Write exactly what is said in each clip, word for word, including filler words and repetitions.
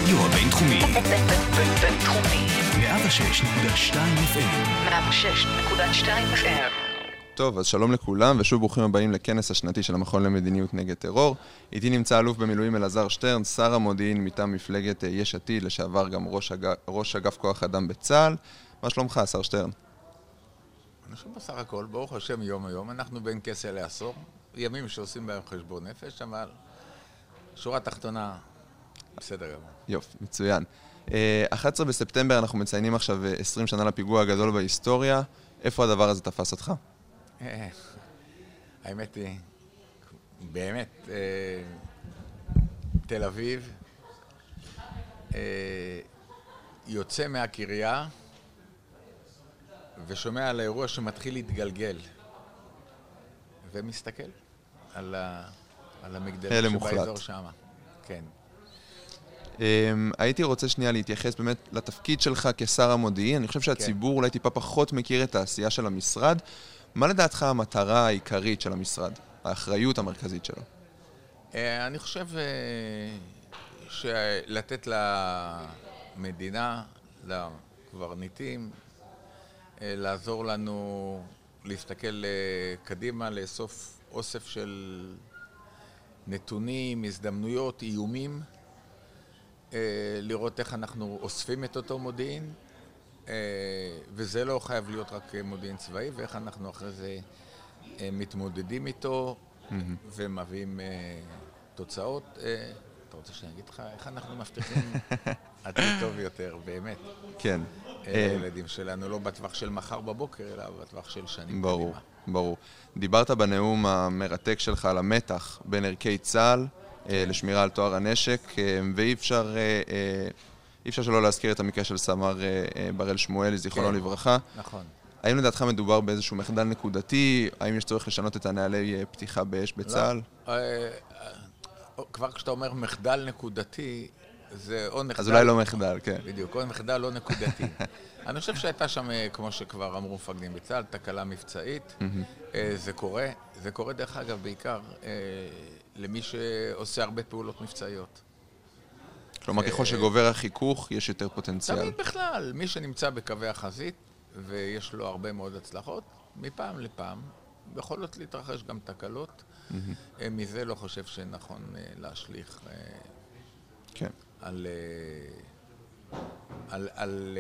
הרדיו הבינתחומי. בינתחומי. מאה ושש נקודה שתיים אף אם. מאה ושש נקודה שתיים אף אם. טוב, אז שלום לכולם, ושוב ברוכים הבאים לכנס השנתי של המכון למדיניות נגד טרור. איתי נמצא אלוף במילואים אלעזר שטרן, שר המודיעין מטעם מפלגת יש עתיד, לשעבר גם ראש, אג... ראש אגף כוח אדם בצה"ל. מה שלומך, שר שטרן? אני חושב בסך הכל, ברוך השם יום היום, אנחנו בין כסה לעשור, ימים שעושים בהם חשבון נפש, אבל שורה תחתונה, בסדר גמור. יופי, מצוין. אחד עשר בספטמבר אנחנו מציינים עכשיו עשרים שנה לפיגוע הגדול בהיסטוריה. איפה הדבר הזה תפס אותך? האמת היא, באמת, תל אביב יוצא מהקריה ושומע על האירוע שמתחיל להתגלגל ומסתכל על, ה... על המגדלים שבאזור שם. כן. הייתי רוצה שנייה להתייחס באמת לתפקיד שלך כשר המודיעין. אני חושב שהציבור אולי טיפה פחות מכיר את העשייה של המשרד. מה לדעתך המטרה העיקרית של המשרד? האחריות המרכזית שלו? אני חושב שלתת למדינה, לקברניטים, לעזור לנו להסתכל קדימה, לאסוף אוסף של נתונים, הזדמנויות, איומים, לראות איך אנחנו אוספים את אותו מודיעין, וזה לא חייב להיות רק מודיעין צבאי, ואיך אנחנו אחרי זה מתמודדים איתו ומביאים תוצאות. אתה רוצה שאני אגיד לך איך אנחנו מבטיחים עתיד טוב יותר, באמת. כן. הילדים שלנו לא בטווח של מחר בבוקר, אלא בטווח של שנים. ברור, ברור. דיברת בנאום המרתק שלך על המתח בין ערכי צה"ל לשמירה על טוהר הנשק, ואי אפשר, אי אפשר שלא להזכיר את המקרה של סמ"ר בראל שמואלי, זיכרונו לברכה. נכון. האם לדעתך מדובר באיזשהו מחדל נקודתי? האם יש צורך לשנות את הנהלי פתיחה באש בצה"ל? כבר כשאתה אומר מחדל נקודתי, זה או מחדל... אז אולי לא מחדל, כן. בדיוק, או מחדל לא נקודתי. אני חושב שהייתה שם, כמו שכבר אמרו מפקדים בצה"ל, תקלה מבצעית. זה קורה. זה קורה דרך אגב בעיקר למי שעושה הרבה פעולות מבצעיות. כלומר, ככל שגובר החיכוך, יש יותר פוטנציאל. תמיד בכלל, מי שנמצא בקווי החזית, ויש לו הרבה מאוד הצלחות, מפעם לפעם, יכולות להתרחש גם תקלות. מזה לא חושב שנכון להשליך כן. על, על, על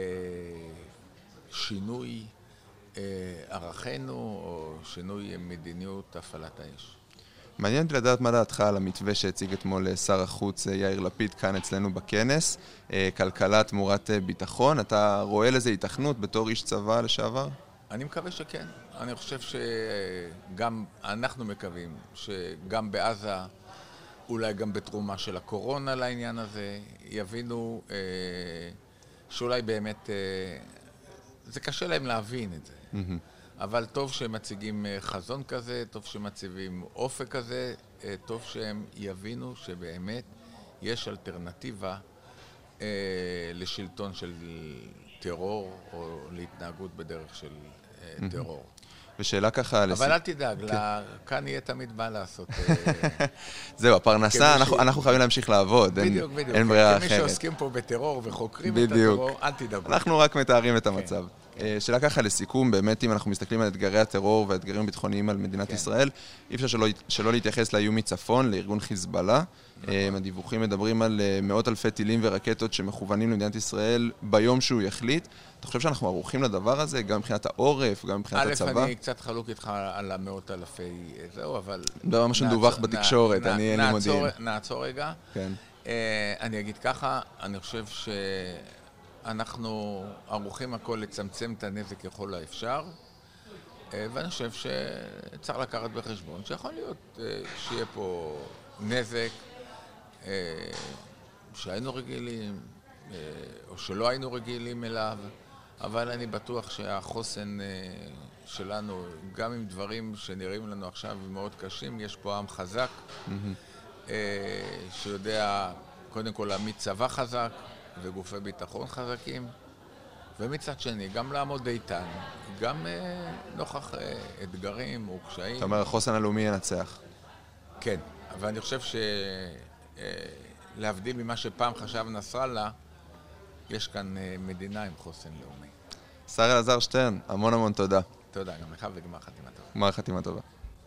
שינוי ערכינו או שינוי מדיניות הפעלת האש. מעניין אותי לדעת מה דעתך על המתווה שהציג אתמול שר החוץ יאיר לפיד כאן אצלנו בכנס, כלכלה תמורת ביטחון. אתה רואה לזה התכנות בתור איש צבא לשעבר? אני מקווה שכן. אני חושב שגם אנחנו מקווים שגם בעזה, אולי גם בתרומה של הקורונה לעניין הזה, יבינו אה, שאולי באמת, אה, זה קשה להם להבין את זה. Mm-hmm. אבל טוב שהם מציגים חזון כזה, טוב שמציבים אופק כזה, אה, טוב שהם יבינו שבאמת יש אלטרנטיבה אה, לשלטון של טרור או להתנהגות בדרך של אה, טרור. ושאלה ככה... אבל אל תדאג, כאן יהיה תמיד מה לעשות. זהו, הפרנסה, אנחנו חייבים להמשיך לעבוד, אין ברירה אחרת. כמי שעוסקים פה בטרור וחוקרים את הטרור, אל תדאגו. אנחנו רק מתארים את המצב. שאלה ככה לסיכום, באמת אם אנחנו מסתכלים על אתגרי הטרור והאתגרים הביטחוניים על מדינת ישראל, אי אפשר שלא להתייחס לאיום מצפון, לארגון חיזבאללה. הדיווחים מדברים על מאות אלפי טילים ורקטות שמכוונים למדינת ישראל ביום שהוא יחליט. אתה חושב שאנחנו ערוכים לדבר הזה, גם מבחינת העורף, גם מבחינת הצבא? א', אני קצת חלוק איתך על המאות אלפי זהו, אבל... דבר מה שמדווח בתקשורת, אני אין לי מודיעין. נעצור רגע. כן. אני אגיד ככה, אני חושב שאנחנו ערוכים הכל לצמצם את הנזק ככל האפשר, ואני חושב שצריך לקחת בחשבון שיכול להיות שיהיה פה נזק שהיינו רגילים, או שלא היינו רגילים אליו, אבל אני בטוח שהחוסן שלנו, גם עם דברים שנראים לנו עכשיו מאוד קשים, יש פה עם חזק, mm-hmm. שיודע קודם כל להעמיד צבא חזק וגופי ביטחון חזקים, ומצד שני גם לעמוד איתן, גם נוכח אתגרים או קשיים. אתה אומר, החוסן הלאומי ינצח. כן, אבל אני חושב ש... להבדיל ממה שפעם חשב נסראללה, יש כאן אה, מדינה עם חוסן לאומי. שר אלעזר שטרן, המון המון תודה. תודה, גם לך וגמר חתימה טובה. גמר חתימה טובה.